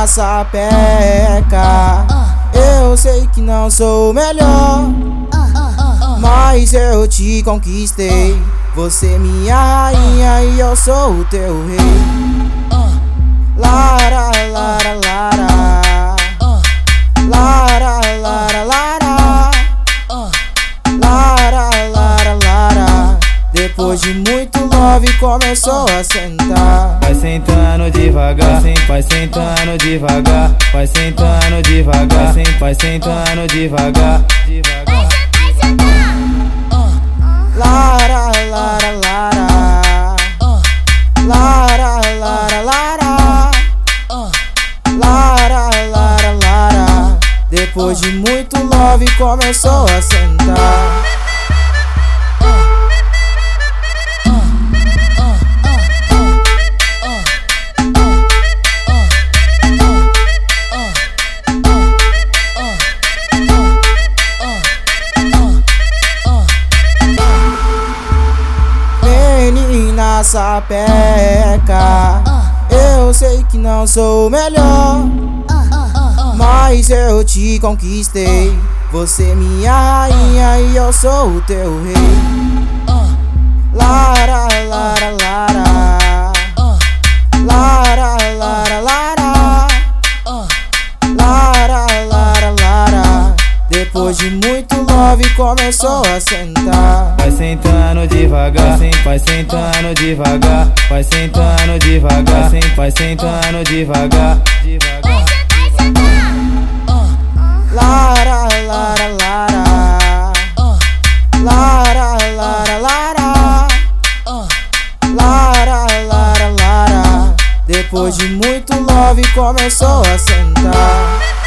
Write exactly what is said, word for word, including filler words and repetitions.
na sapeca. Eu sei que não sou o melhor, mas eu te conquistei. Você minha rainha e eu sou o teu rei. Lara, lara, lara. Lara, lara, lara. Lara, lara, lara. Depois de muito love começou a sentar. Vai sentando devagar, vai sentando devagar, vai sentando devagar, vai sentando devagar, devagar. Lara, lara, lara. Lara, lara, lara. Lara, lara, lara. Depois de muito love começou a sentar. Menina sapeca, eu sei que não sou o melhor, mas eu te conquistei. Você minha rainha e eu sou o teu rei. Lara, lara, lara. Lara, lara, lara. Lara, lara, lara. Depois de muito love começou a sentar. Vai sentando devagar, vai sentando devagar, vai sentando devagar, vai sentando devagar, devagar. Lara, lara, lara. Lara, lara, lara. Lara, lara, lara. Depois de muito love começou a sentar.